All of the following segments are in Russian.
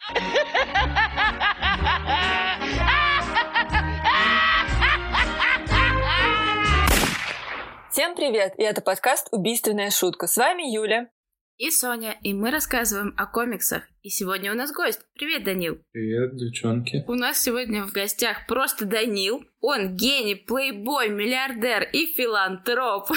Всем привет! И это подкаст «Убийственная шутка». С вами Юля. И Соня, и мы рассказываем о комиксах. И сегодня у нас гость. Привет, Данил. Привет, девчонки. У нас сегодня в гостях просто Данил. Он гений, плейбой, миллиардер и филантроп.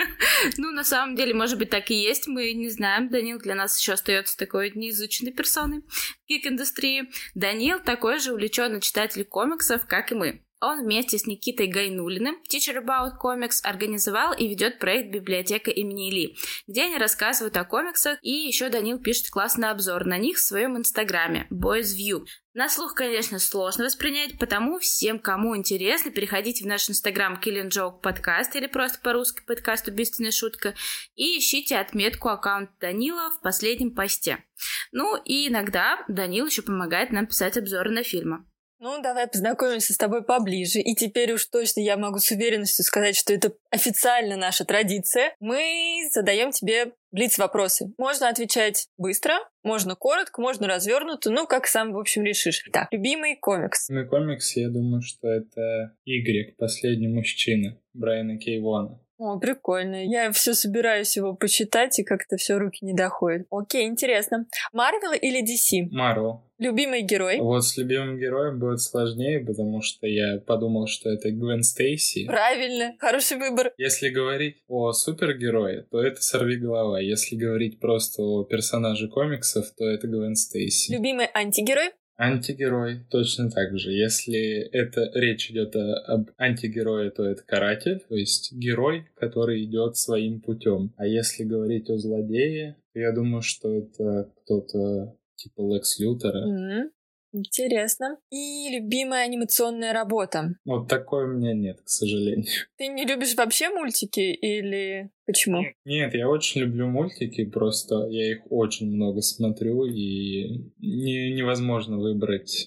Ну, на самом деле, может быть, так и есть. Мы не знаем. Данил для нас еще остается такой неизученной персоной в гик-индустрии. Данил такой же увлеченный читатель комиксов, как и мы. Он вместе с Никитой Гайнуллиным, Teacher About Comics, организовал и ведет проект «Библиотека имени Ли», где они рассказывают о комиксах, и еще Данил пишет классный обзор на них в своем инстаграме Boys View. На слух, конечно, сложно воспринять, потому всем, кому интересно, переходите в наш инстаграм Killing Joke подкаст или просто по-русски подкаст «Убийственная шутка» и ищите отметку аккаунта Данила в последнем посте. Ну и иногда Данил еще помогает нам писать обзоры на фильмы. Ну, давай познакомимся с тобой поближе. И теперь уж точно я могу с уверенностью сказать, что это официально наша традиция. Мы задаем тебе блиц-вопросы. Можно отвечать быстро, можно коротко, можно развернуто, ну, как сам, в общем, решишь. Так, любимый комикс. Любимый комикс, я думаю, что это Y, последний мужчина, Брайана Кей Вона. О, прикольно. Я все собираюсь его почитать, и как-то все руки не доходят. Окей, интересно. Марвел или DC? Марвел. Любимый герой? Вот с любимым героем будет сложнее, потому что я подумал, что это Гвен Стейси. Правильно, хороший выбор. Если говорить о супергерое, то это Сорвиголова. Если говорить просто о персонаже комиксов, то это Гвен Стейси. Любимый антигерой? Антигерой точно так же. Если это речь идет об антигерое, то это каратель, то есть герой, который идет своим путем. А если говорить о злодее, то я думаю, что это кто-то типа Лекс Лютера. Интересно. И любимая анимационная работа? Вот такой у меня нет, к сожалению. Ты не любишь вообще мультики или почему? Нет, я очень люблю мультики, просто я их очень много смотрю, и невозможно выбрать.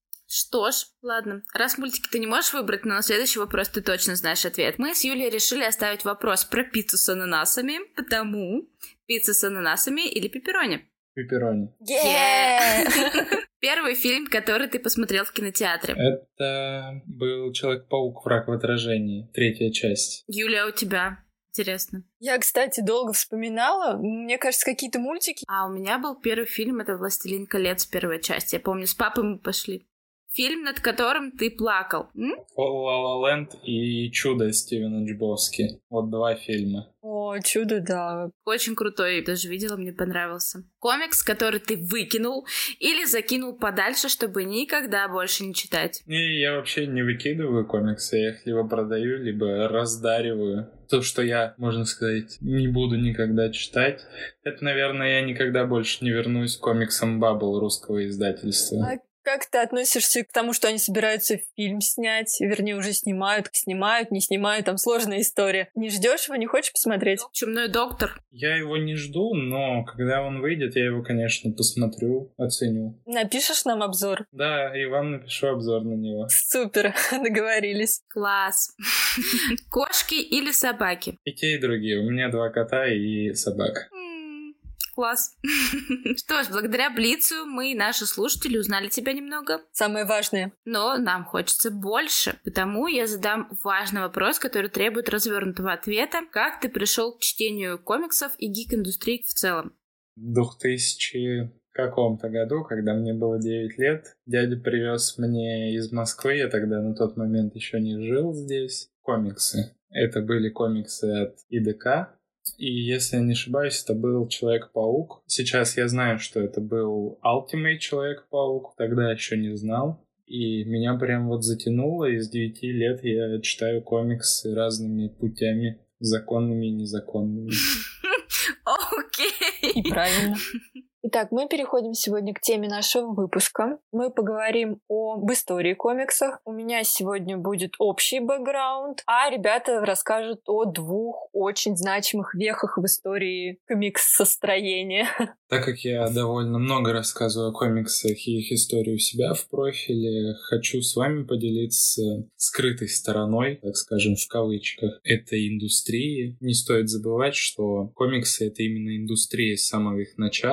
Что ж, ладно. Раз мультики ты не можешь выбрать, но на следующий вопрос ты точно знаешь ответ. Мы с Юлей решили оставить вопрос про пиццу с ананасами, потому пицца с ананасами или пепперони? Пепперони. Первый фильм, который ты посмотрел в кинотеатре? Это был Человек-паук. Враг в отражении. 3-я часть. Юля, у тебя? Интересно. Я, кстати, долго вспоминала. Мне кажется, какие-то мультики. А у меня был первый фильм, это «Властелин колец», первая часть. Я помню, с папой мы пошли. Фильм, над которым ты плакал. «Ла Ла Ленд» и «Чудо» Стивена Чбовски. Вот 2 фильма. О, «Чудо», да. Очень крутой, даже видела, мне понравился. Комикс, который ты выкинул или закинул подальше, чтобы никогда больше не читать. И я вообще не выкидываю комиксы, я их либо продаю, либо раздариваю. То, что я, можно сказать, не буду никогда читать, это, наверное, я никогда больше не вернусь к комиксам Bubble русского издательства. А как ты относишься к тому, что они собираются фильм снять? Вернее, уже снимают, не снимают, там сложная история. Не ждешь его, не хочешь посмотреть? «Чумной доктор». Я его не жду, но когда он выйдет, я его, конечно, посмотрю, оценю. Напишешь нам обзор? Да, и вам напишу обзор на него. Супер, договорились. Класс. Кошки или собаки? И те, и другие. У меня 2 кота и собака. Класс. Что ж, благодаря Блицу мы и наши слушатели узнали тебя немного. Самое важное. Но нам хочется больше, потому я задам важный вопрос, который требует развернутого ответа. Как ты пришел к чтению комиксов и гик-индустрии в целом? В 2000 каком-то году, когда мне было 9 лет, дядя привез мне из Москвы, я тогда на тот момент еще не жил здесь, комиксы. Это были комиксы от ИДК. И, если я не ошибаюсь, это был Человек-паук. Сейчас я знаю, что это был Ultimate Человек-паук. Тогда еще не знал. И меня прям вот затянуло. И с 9 лет я читаю комиксы разными путями. Законными и незаконными. Окей. И правильно. Итак, мы переходим сегодня к теме нашего выпуска. Мы поговорим об истории комиксов. У меня сегодня будет общий бэкграунд, а ребята расскажут о 2 очень значимых вехах в истории комикс-состроения. Так как я довольно много рассказываю о комиксах и их истории у себя в профиле, хочу с вами поделиться скрытой стороной, так скажем, в кавычках, этой индустрии. Не стоит забывать, что комиксы — это именно индустрия с самого их начала, как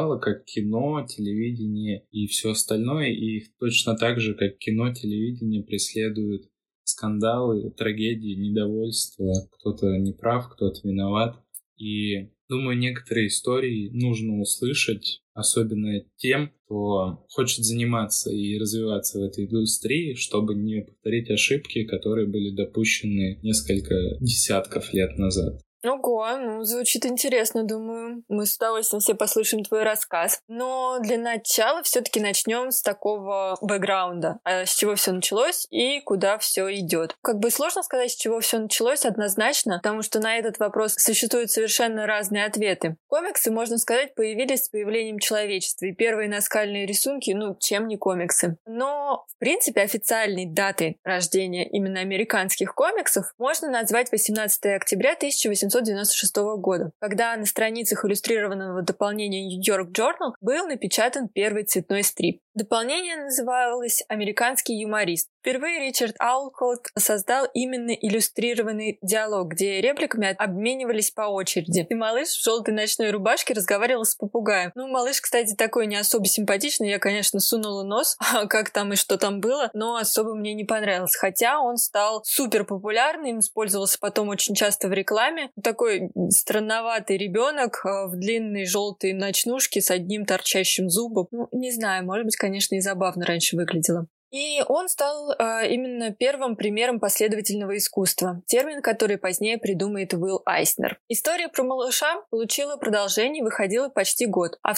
как кино, телевидение и все остальное. И их точно так же, как кино, телевидение преследуют скандалы, трагедии, недовольство. Кто-то не прав, кто-то виноват. И, думаю, некоторые истории нужно услышать, особенно тем, кто хочет заниматься и развиваться в этой индустрии, чтобы не повторить ошибки, которые были допущены несколько десятков лет назад. Ого, ну, звучит интересно, думаю. Мы с удовольствием все послушаем твой рассказ. Но для начала все-таки начнем с такого бэкграунда. С чего все началось и куда все идет. Как бы сложно сказать, с чего все началось однозначно, потому что на этот вопрос существуют совершенно разные ответы. Комиксы, можно сказать, появились с появлением человечества. И первые наскальные рисунки, ну, чем не комиксы. Но, в принципе, официальной датой рождения именно американских комиксов можно назвать 18 октября 1896 года, когда на страницах иллюстрированного дополнения New York Journal был напечатан первый цветной стрип. Дополнение называлось «Американский юморист». Впервые Ричард Аулкот создал именно иллюстрированный диалог, где репликами обменивались по очереди. И малыш в желтой ночной рубашке разговаривал с попугаем. Ну, малыш, кстати, такой не особо симпатичный. Я, конечно, сунула нос, как там и что там было, но особо мне не понравилось. Хотя он стал супер популярным, использовался потом очень часто в рекламе. Такой странноватый ребенок в длинной желтой ночнушке с одним торчащим зубом. Ну, не знаю, может быть, конечно, и забавно раньше выглядело. И он стал именно первым примером последовательного искусства, термин, который позднее придумает Уилл Айснер. История про малыша получила продолжение и выходила почти год, а в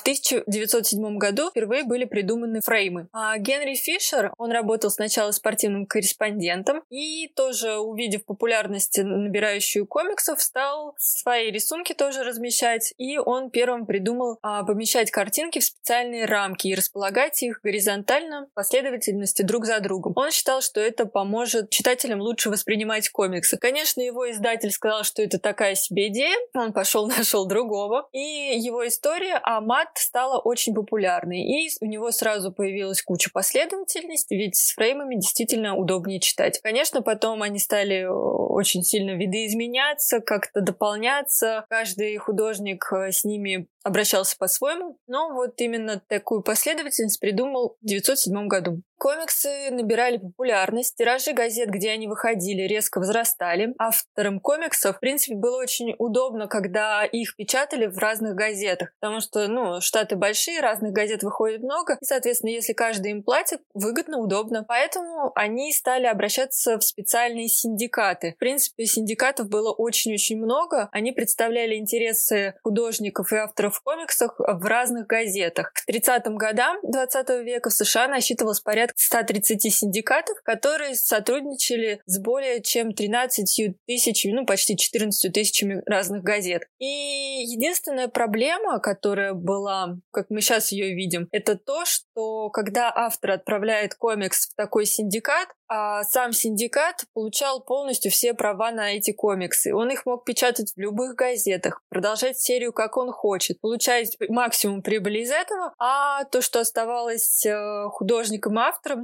1907 году впервые были придуманы фреймы. А Генри Фишер, он работал сначала спортивным корреспондентом и тоже, увидев популярность, набирающую комиксов, стал свои рисунки тоже размещать, и он первым придумал помещать картинки в специальные рамки и располагать их горизонтально в последовательности друг за другом. Он считал, что это поможет читателям лучше воспринимать комиксы. Конечно, его издатель сказал, что это такая себе идея. Он пошел, нашел другого. И его история о Мат стала очень популярной. И у него сразу появилась куча последовательностей, ведь с фреймами действительно удобнее читать. Конечно, потом они стали очень сильно видоизменяться, как-то дополняться. Каждый художник с ними обращался по-своему. Но вот именно такую последовательность придумал в 1907 году. Комиксы набирали популярность, тиражи газет, где они выходили, резко возрастали. Авторам комиксов, в принципе, было очень удобно, когда их печатали в разных газетах, потому что, штаты большие, разных газет выходит много, и, соответственно, если каждый им платит, выгодно, удобно. Поэтому они стали обращаться в специальные синдикаты. В принципе, синдикатов было очень-очень много. Они представляли интересы художников и авторов комиксов в разных газетах. К 30-м годам 20 века в США насчитывалось порядка 130 синдикатов, которые сотрудничали с более чем 13 тысячами, почти 14 тысячами разных газет. И единственная проблема, которая была, как мы сейчас ее видим, это то, что когда автор отправляет комикс в такой синдикат, а сам синдикат получал полностью все права на эти комиксы. Он их мог печатать в любых газетах, продолжать серию как он хочет, получать максимум прибыли из этого, а то, что оставалось художником и автором,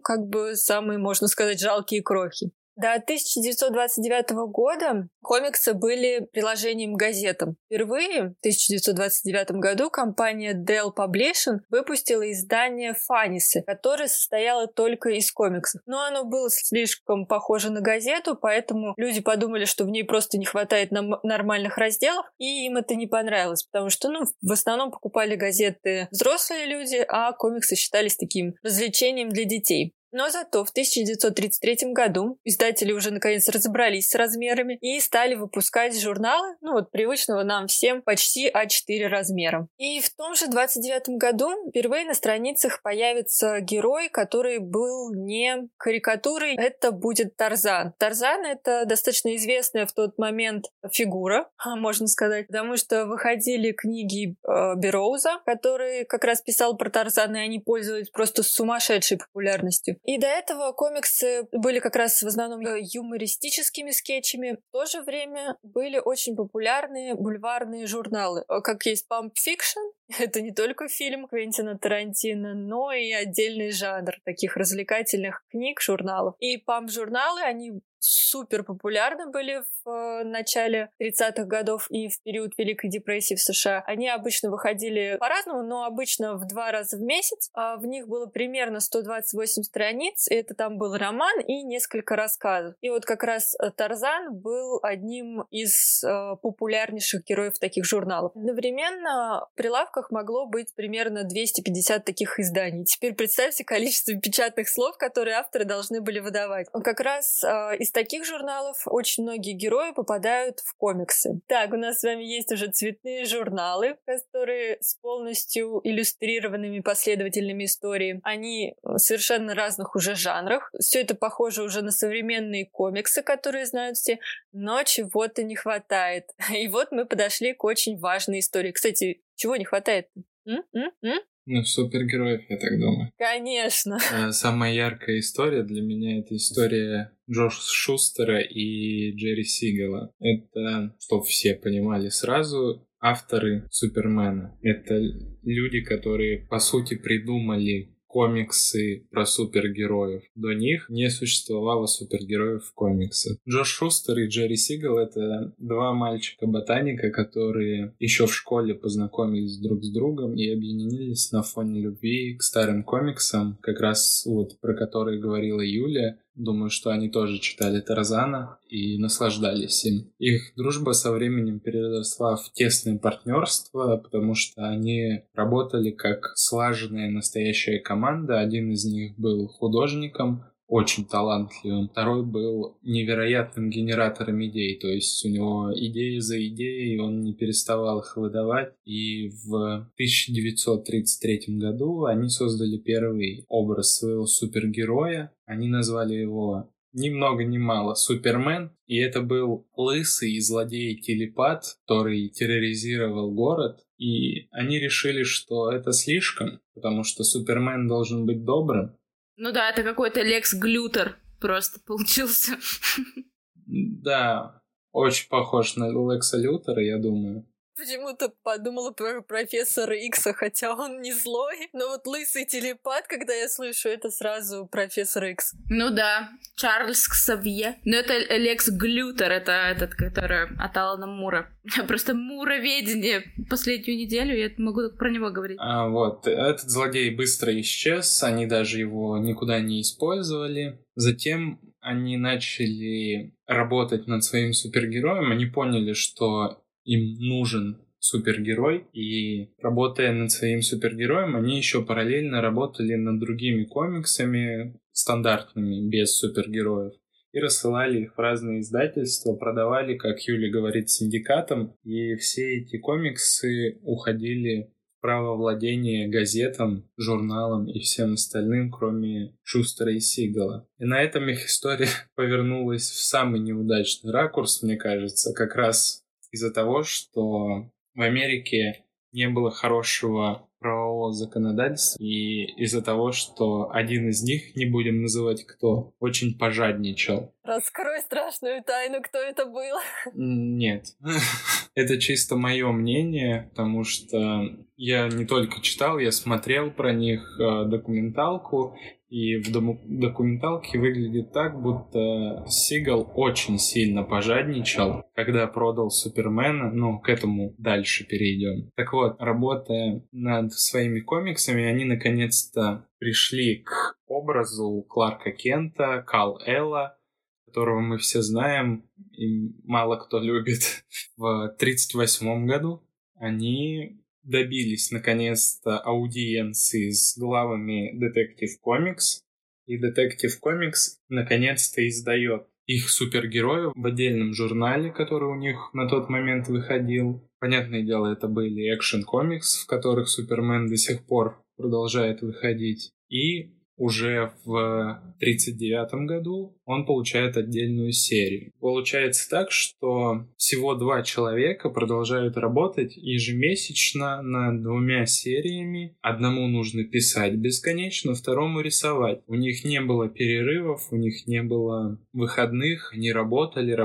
самые, можно сказать, жалкие крохи. До 1929 года комиксы были приложением к газетам. Впервые в 1929 году компания Dell Publishing выпустила издание «Фаннисы», которое состояло только из комиксов. Но оно было слишком похоже на газету, поэтому люди подумали, что в ней просто не хватает нормальных разделов, и им это не понравилось, потому что, в основном покупали газеты взрослые люди, а комиксы считались таким развлечением для детей. Но зато в 1933 году издатели уже наконец разобрались с размерами и стали выпускать журналы, привычного нам всем почти А4 размером. И в том же 1929 году впервые на страницах появится герой, который был не карикатурой, это будет Тарзан. Тарзан — это достаточно известная в тот момент фигура, можно сказать, потому что выходили книги Берроуза, который как раз писал про Тарзана, и они пользовались просто сумасшедшей популярностью. И до этого комиксы были как раз в основном юмористическими скетчами. В то же время были очень популярные бульварные журналы, как есть Pulp Fiction, Это не только фильм Квентина Тарантино, но и отдельный жанр таких развлекательных книг, журналов. И памп-журналы, они супер популярны были в начале 30-х годов и в период Великой депрессии в США. Они обычно выходили по-разному, но обычно в 2 раза в месяц. В них было примерно 128 страниц, и это там был роман и несколько рассказов. И вот как раз Тарзан был одним из популярнейших героев таких журналов. Одновременно в прилавках могло быть примерно 250 таких изданий. Теперь представьте количество печатных слов, которые авторы должны были выдавать. Как раз из таких журналов очень многие герои попадают в комиксы. Так, у нас с вами есть уже цветные журналы, которые с полностью иллюстрированными последовательными историями. Они совершенно разных уже жанрах. Все это похоже уже на современные комиксы, которые знают все, но чего-то не хватает. И вот мы подошли к очень важной истории. Кстати, чего не хватает? Ну, супергероев, я так думаю. Конечно. Самая яркая история для меня — это история Джоша Шустера и Джерри Сигала. Это, чтобы все понимали сразу, авторы Супермена. Это люди, которые, по сути, придумали комиксы про супергероев. До них не существовало супергероев в комиксах. Джош Шустер и Джерри Сигал — это 2 мальчика-ботаника, которые еще в школе познакомились друг с другом и объединились на фоне любви к старым комиксам, как раз вот про которые говорила Юля. Думаю, что они тоже читали Тарзана и наслаждались им. Их дружба со временем переросла в тесное партнерство, потому что они работали как слаженная настоящая команда. Один из них был художником, очень талантливым. Второй был невероятным генератором идей, то есть у него идеи за идеей, он не переставал их выдавать. И в 1933 году они создали первый образ своего супергероя. Они назвали его ни много ни мало Супермен. И это был лысый злодей-телепат, который терроризировал город. И они решили, что это слишком, потому что Супермен должен быть добрым. Ну да, это какой-то Лекс Глютер просто получился. Да, очень похож на Лекса Лютера, я думаю. Почему-то подумала про профессора Икса, хотя он не злой. Но вот лысый телепат, когда я слышу, это сразу профессор Икс. Ну да, Чарльз Ксавье. Но это Лекс Глютер, это этот, который от Алана Мура. Просто муроведение последнюю неделю, я могу про него говорить. Вот, этот злодей быстро исчез, они даже его никуда не использовали. Затем они начали работать над своим супергероем, они поняли, что им нужен супергерой, и работая над своим супергероем, они еще параллельно работали над другими комиксами стандартными, без супергероев, и рассылали их в разные издательства, продавали, как Юля говорит, синдикатам, и все эти комиксы уходили в право владения газетам, журналам и всем остальным, кроме Шустера и Сигала. И на этом их история повернулась в самый неудачный ракурс, мне кажется, как раз из-за того, что в Америке не было хорошего правового законодательства, и из-за того, что один из них, не будем называть кто, очень пожадничал. Раскрой страшную тайну, кто это был. Нет. Это чисто мое мнение, потому что я не только читал, я смотрел про них документалку, и в документалке выглядит так, будто Сигал очень сильно пожадничал, когда продал Супермена. Ну, к этому дальше перейдем. Так вот, работая над своими комиксами, они наконец-то пришли к образу Кларка Кента, Кал-Эла, которого мы все знаем и мало кто любит. В 1938 году они добились наконец-то аудиенции с главами Detective Comics, и Detective Comics наконец-то издает их супергероев в отдельном журнале, который у них на тот момент выходил. Понятное дело, это были Action Comics, в которых Супермен до сих пор продолжает выходить. И уже в 1939 году он получает отдельную серию. Получается так, что всего 2 человека продолжают работать ежемесячно над 2 сериями. Одному нужно писать бесконечно, второму рисовать. У них не было перерывов, у них не было выходных. Они работали.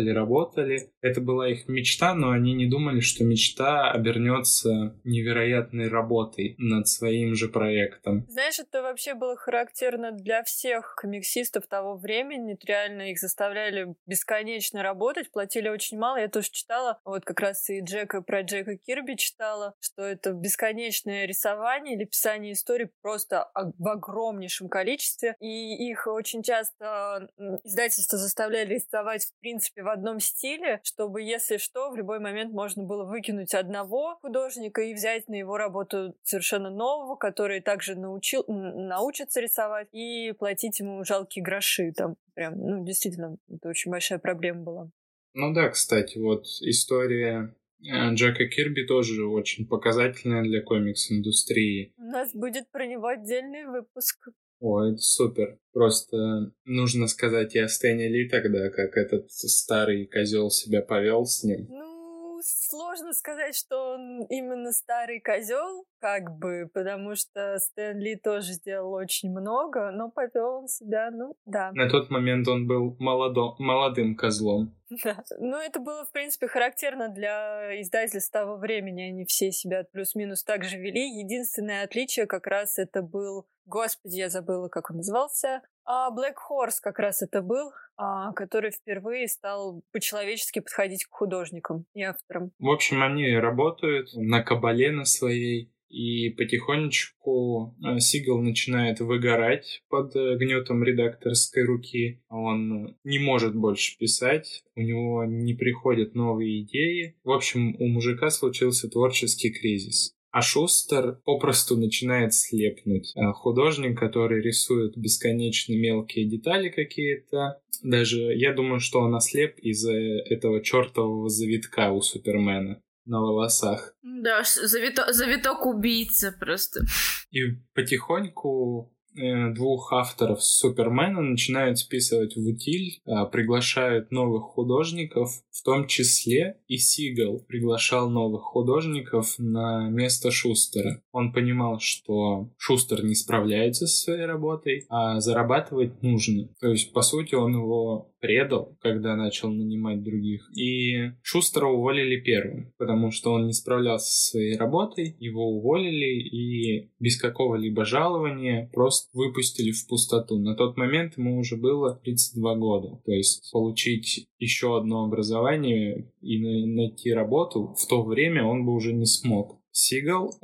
Это была их мечта, но они не думали, что мечта обернется невероятной работой над своим же проектом. Знаешь, это вообще было характерно для всех комиксистов того времени. Реально их заставляли бесконечно работать, платили очень мало. Я тоже читала, вот как раз и про Джека Кирби читала, что это бесконечное рисование или писание историй просто в огромнейшем количестве. И их очень часто издательства заставляли рисовать, в принципе, в одном стиле, чтобы, если что, в любой момент можно было выкинуть одного художника и взять на его работу совершенно нового, который также научится рисовать, и платить ему жалкие гроши. Там прям, действительно, это очень большая проблема была. Ну да, кстати, вот история Джека Кирби тоже очень показательная для комикс-индустрии. У нас будет про него отдельный выпуск. О, это супер. Просто нужно сказать и о Стэне Ли тогда, как этот старый козел себя повел с ним. Сложно сказать, что он именно старый козел, потому что Стэн Ли тоже сделал очень много, но повел он себя, да. На тот момент он был молодым козлом. Да. Это было, в принципе, характерно для издательств того времени. Они все себя плюс-минус так же вели. Единственное отличие как раз это был... Господи, я забыла, как он назывался. Black Horse как раз это был, который впервые стал по-человечески подходить к художникам и авторам. В общем, они работают на кабале на своей, и потихонечку Сигал начинает выгорать под гнетом редакторской руки. Он не может больше писать, у него не приходят новые идеи. В общем, у мужика случился творческий кризис. А Шустер попросту начинает слепнуть. Художник, который рисует бесконечно мелкие детали какие-то. Даже я думаю, что он ослеп из-за этого чертового завитка у Супермена на волосах. Да, завиток убийца просто. И потихоньку 2 авторов Супермена начинают списывать в утиль, приглашают новых художников, в том числе и Сигал приглашал новых художников на место Шустера. Он понимал, что Шустер не справляется со своей работой, а зарабатывать нужно. То есть, по сути, он его предал, когда начал нанимать других. И Шустера уволили первым, потому что он не справлялся со своей работой, его уволили и без какого-либо жалования просто выпустили в пустоту. На тот момент ему уже было 32 года. То есть получить еще одно образование и найти работу в то время он бы уже не смог. Сигал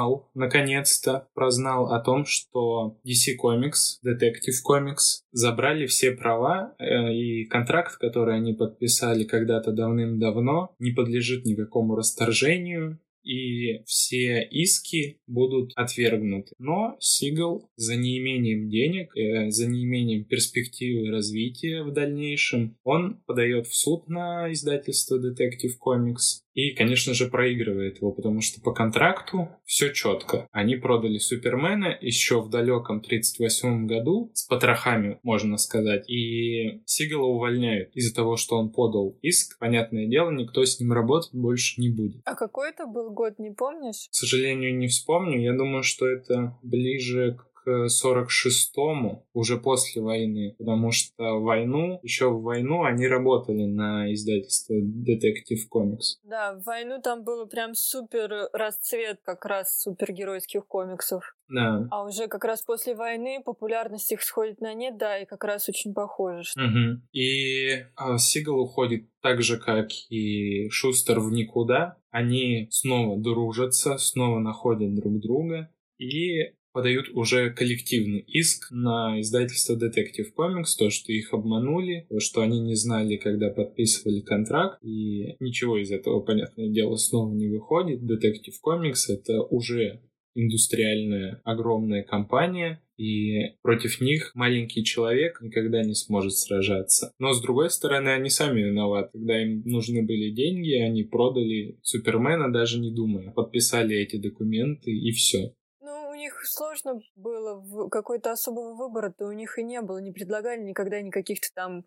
прознал о том, что DC Comics, Detective Comics забрали все права, и контракт, который они подписали когда-то давным-давно, не подлежит никакому расторжению, и все иски будут отвергнуты. Но Сигал за неимением денег, за неимением перспективы развития в дальнейшем, он подает в суд на издательство Detective Comics и, конечно же, проигрывает его, потому что по контракту все четко. Они продали Супермена еще в далеком 1938 году с потрохами, можно сказать, и Сигала увольняют из-за того, что он подал иск. Понятное дело, никто с ним работать больше не будет. А какой это был год, не помнишь? К сожалению, не вспомню. Я думаю, что это ближе к 46-му, уже после войны, потому что еще в войну они работали на издательство Detective Comics. Да, в войну там было прям супер расцвет как раз супергеройских комиксов. Да. А уже как раз после войны популярность их сходит на нет, да, и как раз очень похоже. Угу. И Сигал уходит так же, как и Шустер, в никуда. Они снова дружатся, снова находят друг друга и подают уже коллективный иск на издательство Detective Comics, то, что их обманули, то, что они не знали, когда подписывали контракт, и ничего из этого, понятное дело, снова не выходит. Detective Comics — это уже индустриальная огромная компания, и против них маленький человек никогда не сможет сражаться. Но, с другой стороны, они сами виноваты. Когда им нужны были деньги, они продали Супермена, даже не думая. Подписали эти документы, и все. У них сложно было, какой-то особого выбора-то у них и не было. Не предлагали никогда никаких-то там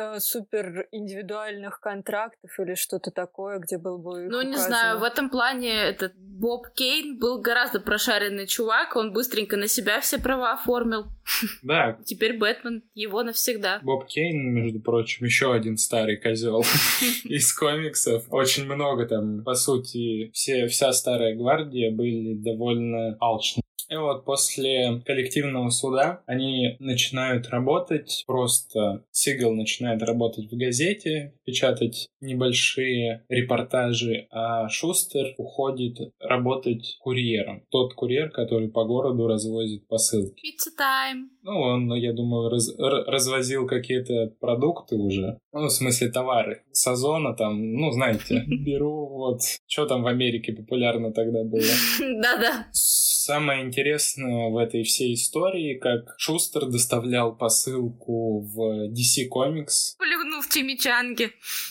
супер индивидуальных контрактов или что-то такое, где был бы их Ну, не указано. знаю, в этом плане этот Боб Кейн был гораздо прошаренный чувак, он быстренько на себя все права оформил. Да. Теперь Бэтмен его навсегда. Боб Кейн, между прочим, еще один старый козел из комиксов. Очень много там, по сути, вся старая гвардия были довольно алчны. И вот после коллективного суда они начинают работать, просто Сигал начинает работать в газете, печатать небольшие репортажи, а Шустер уходит работать курьером. Тот курьер, который по городу развозит посылки. Pizza time. Ну, он, я думаю, развозил какие-то продукты уже. Ну, в смысле, товары. С Озона там, ну, знаете, беру вот... Что там в Америке популярно тогда было? Да-да. Самое интересное в этой всей истории, как Шустер доставлял посылку в DC Comics. Плюнул в чимичанги.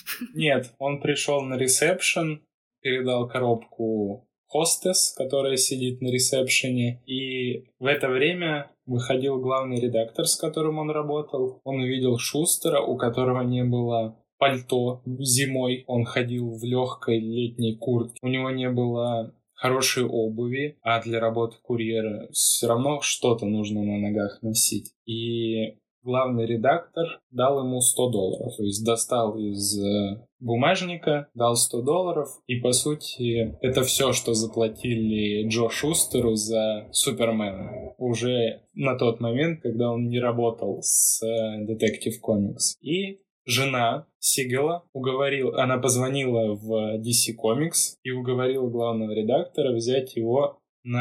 Нет, он пришел на ресепшн, передал коробку хостес, которая сидит на ресепшене, и в это время выходил главный редактор, с которым он работал. Он увидел Шустера, у которого не было пальто зимой. Он ходил в легкой летней куртке. У него не было хорошей обуви, а для работы курьера все равно что-то нужно на ногах носить. И главный редактор дал ему $100. То есть достал из бумажника, дал $100, и, по сути, это все, что заплатили Джо Шустеру за Супермена. Уже на тот момент, когда он не работал с Detective Comics. И жена Сигала она позвонила в DC Comics и уговорила главного редактора взять его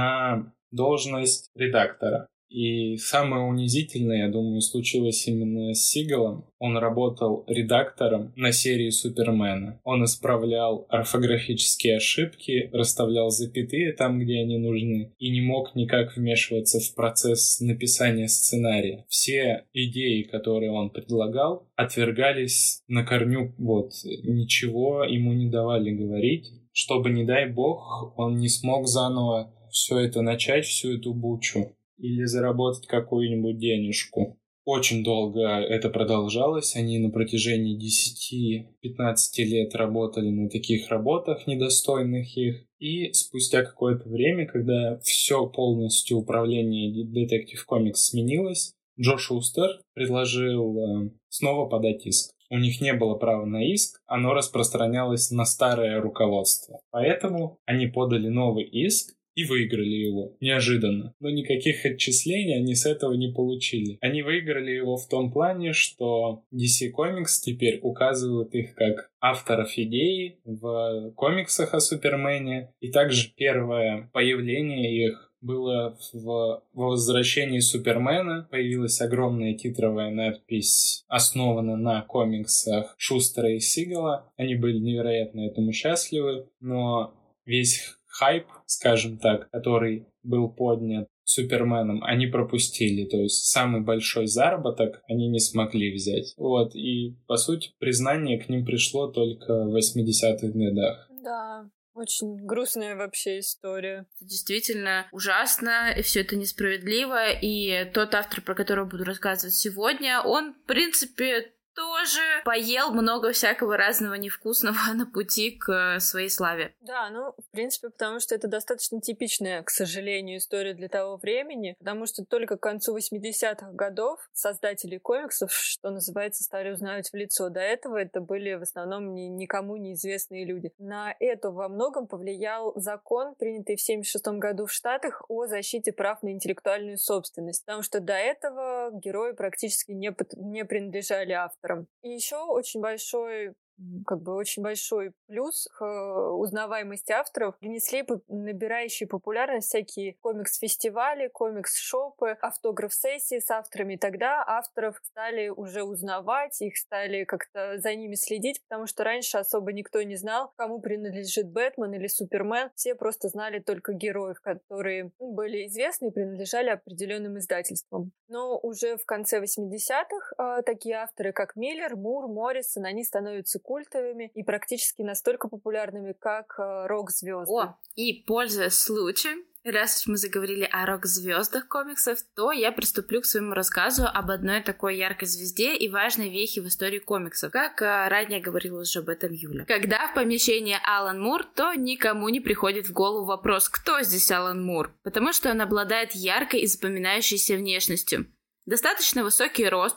на должность редактора. И самое унизительное, я думаю, случилось именно с Сигалом. Он работал редактором на серии Супермена. Он исправлял орфографические ошибки, расставлял запятые там, где они нужны, и не мог никак вмешиваться в процесс написания сценария. Все идеи, которые он предлагал, отвергались на корню. Вот, ничего ему не давали говорить, чтобы, не дай бог, он не смог заново все это начать, всю эту бучу, или заработать какую-нибудь денежку. Очень долго это продолжалось. Они на протяжении 10-15 лет работали на таких работах, недостойных их. И спустя какое-то время, когда все полностью управление Detective Comics сменилось, Джо Шустер предложил снова подать иск. У них не было права на иск, оно распространялось на старое руководство. Поэтому они подали новый иск, и выиграли его. Неожиданно. Но никаких отчислений они с этого не получили. Они выиграли его в том плане, что DC Comics теперь указывают их как авторов идеи в комиксах о Супермене. И также первое появление их было во возвращении Супермена. Появилась огромная титровая надпись, основана на комиксах Шустера и Сигала. Они были невероятно этому счастливы, но весь хайп, скажем так, который был поднят Суперменом, они пропустили. То есть самый большой заработок они не смогли взять. Вот. И, по сути, признание к ним пришло только в 80-х годах. Да. Очень грустная вообще история. Это действительно ужасно, и все это несправедливо. И тот автор, про которого буду рассказывать сегодня, он, в принципе, тоже поел много всякого разного невкусного на пути к своей славе. Да, ну, в принципе, потому что это достаточно типичная, к сожалению, история для того времени, потому что только к концу 80-х годов создатели комиксов, что называется, стали узнавать в лицо. До этого это были в основном никому неизвестные люди. На это во многом повлиял закон, принятый в 1976 году в Штатах, о защите прав на интеллектуальную собственность, потому что до этого герои практически не принадлежали авторам. И еще очень большой плюс к узнаваемости авторов принесли набирающие популярность всякие комикс-фестивали, комикс-шопы, автограф-сессии с авторами. И тогда авторов стали уже узнавать, их стали как-то за ними следить, потому что раньше особо никто не знал, кому принадлежит Бэтмен или Супермен. Все просто знали только героев, которые были известны и принадлежали определенным издательствам. Но уже в конце 80-х такие авторы, как Миллер, Мур, Моррисон, они становятся культовыми и практически настолько популярными, как рок-звезды. И, пользуясь случаем, Раз уж мы заговорили о рок-звездах комиксов, то я приступлю к своему рассказу об одной такой яркой звезде и важной вехе в истории комиксов. Как ранее говорила уже об этом Юля. Когда в помещении Алан Мур, то никому не приходит в голову вопрос, кто здесь Алан Мур, потому что он обладает яркой и запоминающейся внешностью. Достаточно высокий рост,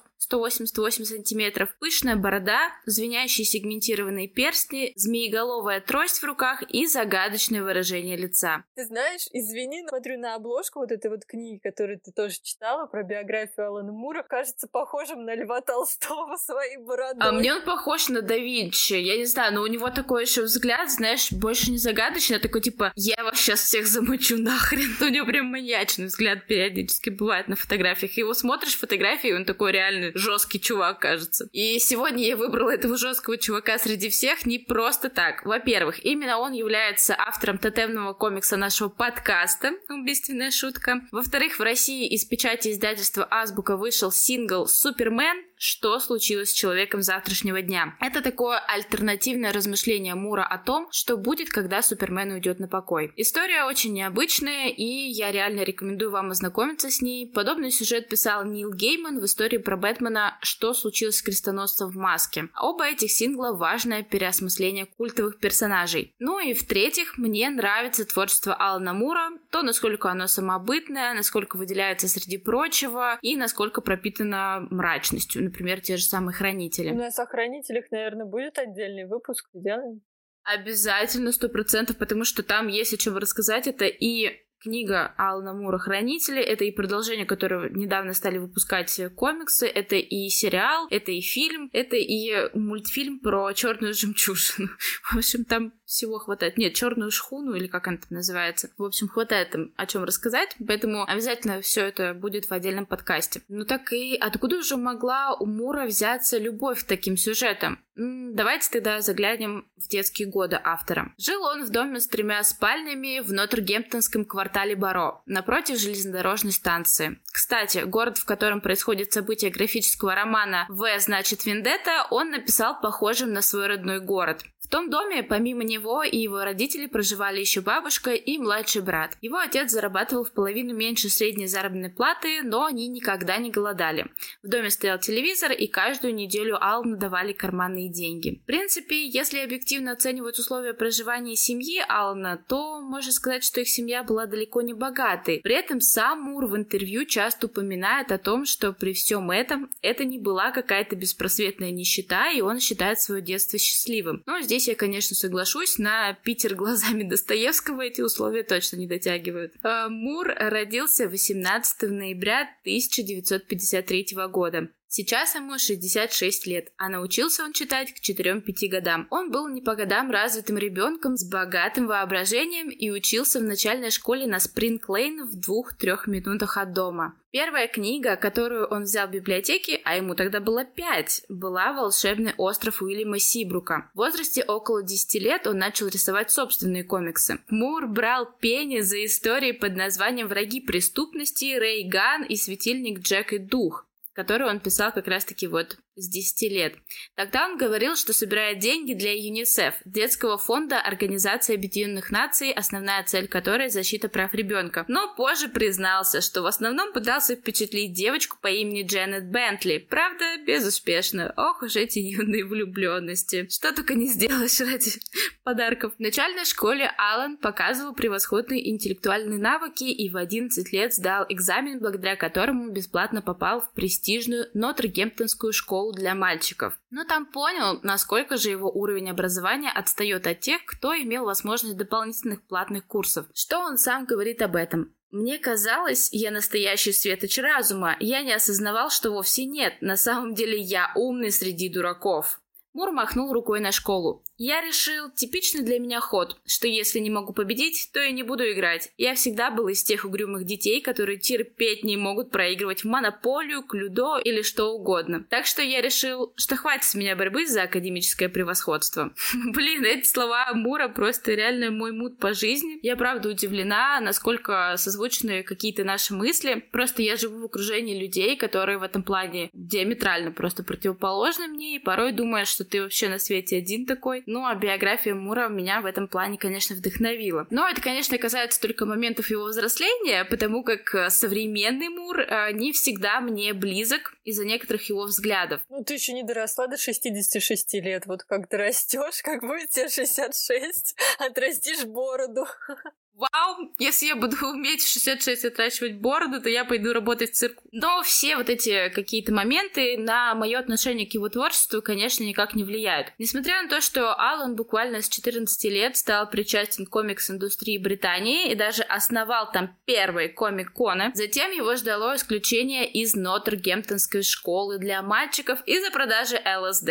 188 сантиметров, пышная борода, звенящие сегментированные перстни, змееголовая трость в руках и загадочное выражение лица. Ты знаешь, извини, смотрю на обложку вот этой вот книги, которую ты тоже читала, про биографию Алана Мура, кажется похожим на Льва Толстого своей бородой. А мне он похож на да Винчи, я не знаю, но у него такой еще взгляд, знаешь, больше не загадочный, а такой типа, я вас сейчас всех замочу нахрен. У него прям маньячный взгляд периодически бывает на фотографиях. Его смотришь фотографии, и он такой реально жесткий чувак, кажется. И сегодня я выбрала этого жесткого чувака среди всех не просто так. Во-первых, именно он является автором тотемного комикса нашего подкаста «Убийственная шутка». Во-вторых, в России из печати издательства «Азбука» вышел сингл «Супермен. Что случилось с человеком завтрашнего дня?». Это такое альтернативное размышление Мура о том, что будет, когда Супермен уйдет на покой. История очень необычная, и я реально рекомендую вам ознакомиться с ней. Подобный сюжет писал Нил Гейман в истории про Бэтмена «Что случилось с крестоносцем в маске?». Оба этих сингла — важное переосмысление культовых персонажей. Ну и в-третьих, мне нравится творчество Алана Мура, то, насколько оно самобытное, насколько выделяется среди прочего и насколько пропитано мрачностью. Например, те же самые «Хранители». У нас о «Хранителях», наверное, будет отдельный выпуск, сделаем? Обязательно, 100%, потому что там есть о чем рассказать. Это и книга Алана Мура «Хранители», это и продолжение, которое недавно стали выпускать комиксы, это и сериал, это и фильм, это и мультфильм про черную жемчужину. В общем, там всего хватает. Нет, черную шхуну, или как она там называется. В общем, хватает там о чем рассказать, поэтому обязательно все это будет в отдельном подкасте. Ну так и откуда же могла у Мура взяться любовь к таким сюжетам? Давайте тогда заглянем в детские годы автора. Жил он в доме с 3 спальнями в Нотр-Гемптонском квартале Баро, напротив железнодорожной станции. Кстати, город, в котором происходит событие графического романа «В значит Вендетта», он написал похожим на свой родной город. В том доме, помимо него и его родителей, проживали еще бабушка и младший брат. Его отец зарабатывал в половину меньше средней заработной платы, но они никогда не голодали. В доме стоял телевизор, и каждую неделю Алану давали карманные деньги. В принципе, если объективно оценивать условия проживания семьи Алана, то можно сказать, что их семья была далеко не богатой. При этом сам Мур в интервью часто упоминает о том, что при всем этом это не была какая-то беспросветная нищета, и он считает свое детство счастливым. Но здесь я, конечно, соглашусь, на Питер глазами Достоевского эти условия точно не дотягивают. Мур родился 18 ноября 1953 года. Сейчас ему 66 лет, а научился он читать к 4-5 годам. Он был не по годам развитым ребенком с богатым воображением и учился в начальной школе на Спринг-Лейн в 2-3 минутах от дома. Первая книга, которую он взял в библиотеке, а ему тогда было 5, была «Волшебный остров» Уильяма Сибрука. В возрасте около 10 лет он начал рисовать собственные комиксы. Мур брал пени за истории под названием «Враги преступности», «Рэй Ган» и «Светильник Джек и Дух», который он писал как раз-таки вот с 10 лет. Тогда он говорил, что собирает деньги для ЮНИСЕФ, детского фонда Организации Объединенных Наций, основная цель которой — защита прав ребенка. Но позже признался, что в основном пытался впечатлить девочку по имени Дженнет Бентли. Правда, безуспешно. Ох уж эти юные влюбленности. Что только не сделаешь ради подарков. В начальной школе Алан показывал превосходные интеллектуальные навыки и в 11 лет сдал экзамен, благодаря которому бесплатно попал в престижную Нотр-Гемптонскую школу для мальчиков. Но там понял, насколько же его уровень образования отстает от тех, кто имел возможность дополнительных платных курсов. Что он сам говорит об этом? «Мне казалось, я настоящий светоч разума. Я не осознавал, что вовсе нет. На самом деле я умный среди дураков». Мур махнул рукой на школу. «Я решил, типичный для меня ход, что если не могу победить, то и не буду играть. Я всегда был из тех угрюмых детей, которые терпеть не могут проигрывать в монополию, клюдо или что угодно. Так что я решил, что хватит с меня борьбы за академическое превосходство». Блин, эти слова Мура просто реально мой мут по жизни. Я правда удивлена, насколько созвучны какие-то наши мысли. Просто я живу в окружении людей, которые в этом плане диаметрально просто противоположны мне, и порой думаешь, что что ты вообще на свете один такой. Ну, а биография Мура меня в этом плане, конечно, вдохновила. Но это, конечно, касается только моментов его взросления, потому как современный Мур не всегда мне близок из-за некоторых его взглядов. Ну, ты еще не доросла до 66 лет. Вот как ты растешь, как будет тебе 66, отрастишь бороду. Вау, если я буду уметь в 66 отращивать бороду, то я пойду работать в цирку. Но все вот эти какие-то моменты на мое отношение к его творчеству, конечно, никак не влияют. Несмотря на то, что Алан буквально с 14 лет стал причастен к комикс-индустрии Британии и даже основал там первые комик-коны, затем его ждало исключение из Нотр-Гемптонской школы для мальчиков из-за продажи ЛСД.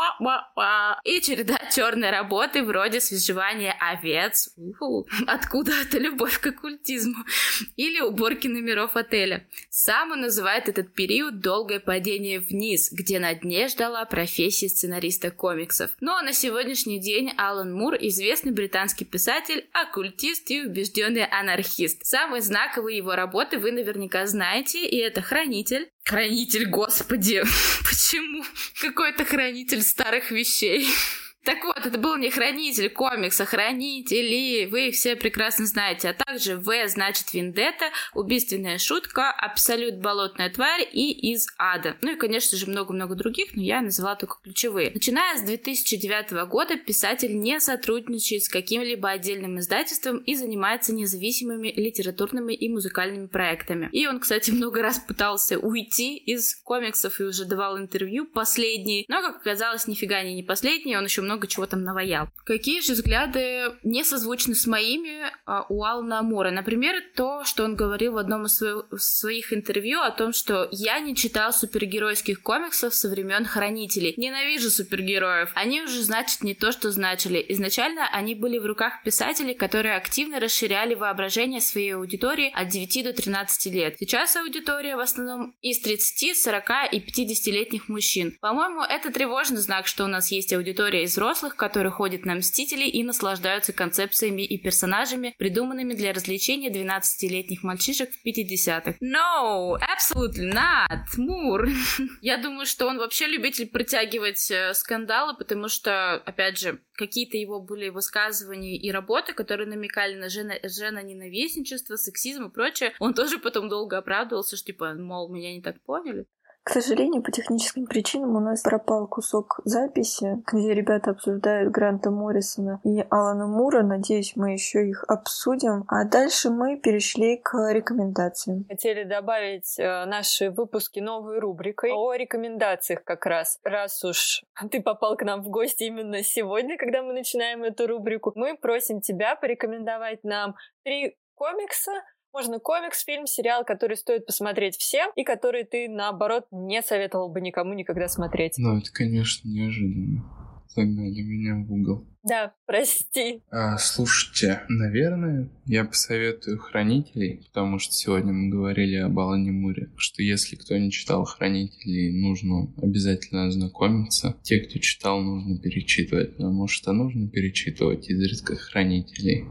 И череда черной работы вроде свежевания овец. Откуда это любовь к оккультизму? Или уборки номеров отеля. Сам он называет этот период долгое падение вниз, где на дне ждала профессия сценариста комиксов. Но на сегодняшний день Алан Мур — известный британский писатель, оккультист и убежденный анархист. Самые знаковые его работы вы наверняка знаете, и это «Хранитель». Хранитель, господи, почему? Какой-то хранитель старых вещей. Так вот, это был не хранитель комикса, хранители, вы их все прекрасно знаете. А также В значит Вендетта, убийственная шутка, Абсолют, болотная тварь и Из ада. Ну и, конечно же, много-много других, но я назвала только ключевые. Начиная с 2009 года писатель не сотрудничает с каким-либо отдельным издательством и занимается независимыми литературными и музыкальными проектами. И он, кстати, много раз пытался уйти из комиксов и уже давал интервью последний, но, как оказалось, нифига не последний, он еще много чего там наваял. Какие же взгляды не созвучны с моими у Алана Мура? Например, то, что он говорил в одном из своих интервью о том, что я не читал супергеройских комиксов со времен Хранителей. Ненавижу супергероев. Они уже значат не то, что значили. Изначально они были в руках писателей, которые активно расширяли воображение своей аудитории от 9 до 13 лет. Сейчас аудитория в основном из 30, 40 и 50-летних мужчин. По-моему, это тревожный знак, что у нас есть аудитория из взрослых, которые ходят на Мстителей и наслаждаются концепциями и персонажами, придуманными для развлечения 12-летних мальчишек в 50-х. No, absolutely not, Мур. Я думаю, что он вообще любитель протягивать скандалы, потому что, опять же, какие-то его были высказывания и работы, которые намекали на женоненавистничество, сексизм и прочее. Он тоже потом долго оправдывался, что типа, мол, меня не так поняли. К сожалению, по техническим причинам у нас пропал кусок записи, где ребята обсуждают Гранта Моррисона и Алана Мура. Надеюсь, мы еще их обсудим. А дальше мы перешли к рекомендациям. Хотели добавить наши выпуски новой рубрикой о рекомендациях как раз. Раз уж ты попал к нам в гости именно сегодня, когда мы начинаем эту рубрику, мы просим тебя порекомендовать нам 3 комикса. Можно комикс, фильм, сериал, который стоит посмотреть всем, и который ты, наоборот, не советовал бы никому никогда смотреть. Ну, это, конечно, неожиданно. Загнали меня в угол. Да, прости. Слушайте, наверное, я посоветую «Хранителей», потому что сегодня мы говорили об Алане Муре, что если кто не читал «Хранителей», нужно обязательно ознакомиться. Те, кто читал, нужно перечитывать, потому что нужно перечитывать изредка «Хранителей».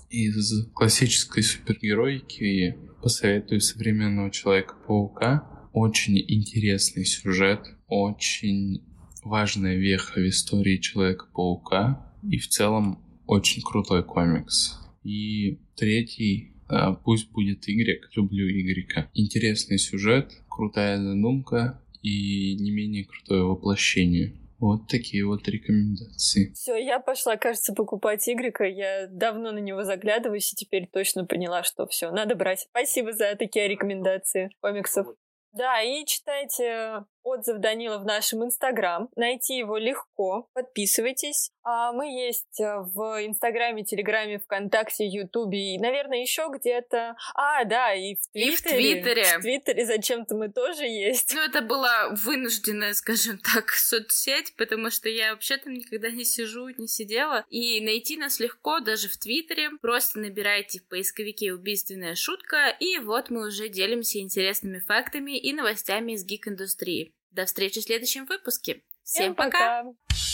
Из классической супергероики посоветую «Современного Человека-паука». Очень интересный сюжет, очень важная веха в истории Человека-паука и в целом очень крутой комикс. И третий, пусть будет Y, люблю Y. Интересный сюжет, крутая задумка и не менее крутое воплощение. Вот такие вот рекомендации. Все, я пошла, кажется, покупать Игрека. Я давно на него заглядываюсь и теперь точно поняла, что все, надо брать. Спасибо за такие рекомендации комиксов. Да, и читайте отзыв Данила в нашем Инстаграм. Найти его легко. Подписывайтесь. Мы есть в Инстаграме, Телеграме, ВКонтакте, Ютубе и, наверное, еще где-то. Да, и в Твиттере. В Твиттере зачем-то мы тоже есть. Ну, это была вынужденная, скажем так, соцсеть, потому что я вообще там никогда не сижу, не сидела. И найти нас легко даже в Твиттере. Просто набирайте в поисковике «Убийственная шутка», и вот мы уже делимся интересными фактами и новостями из гик-индустрии. До встречи в следующем выпуске. Всем пока!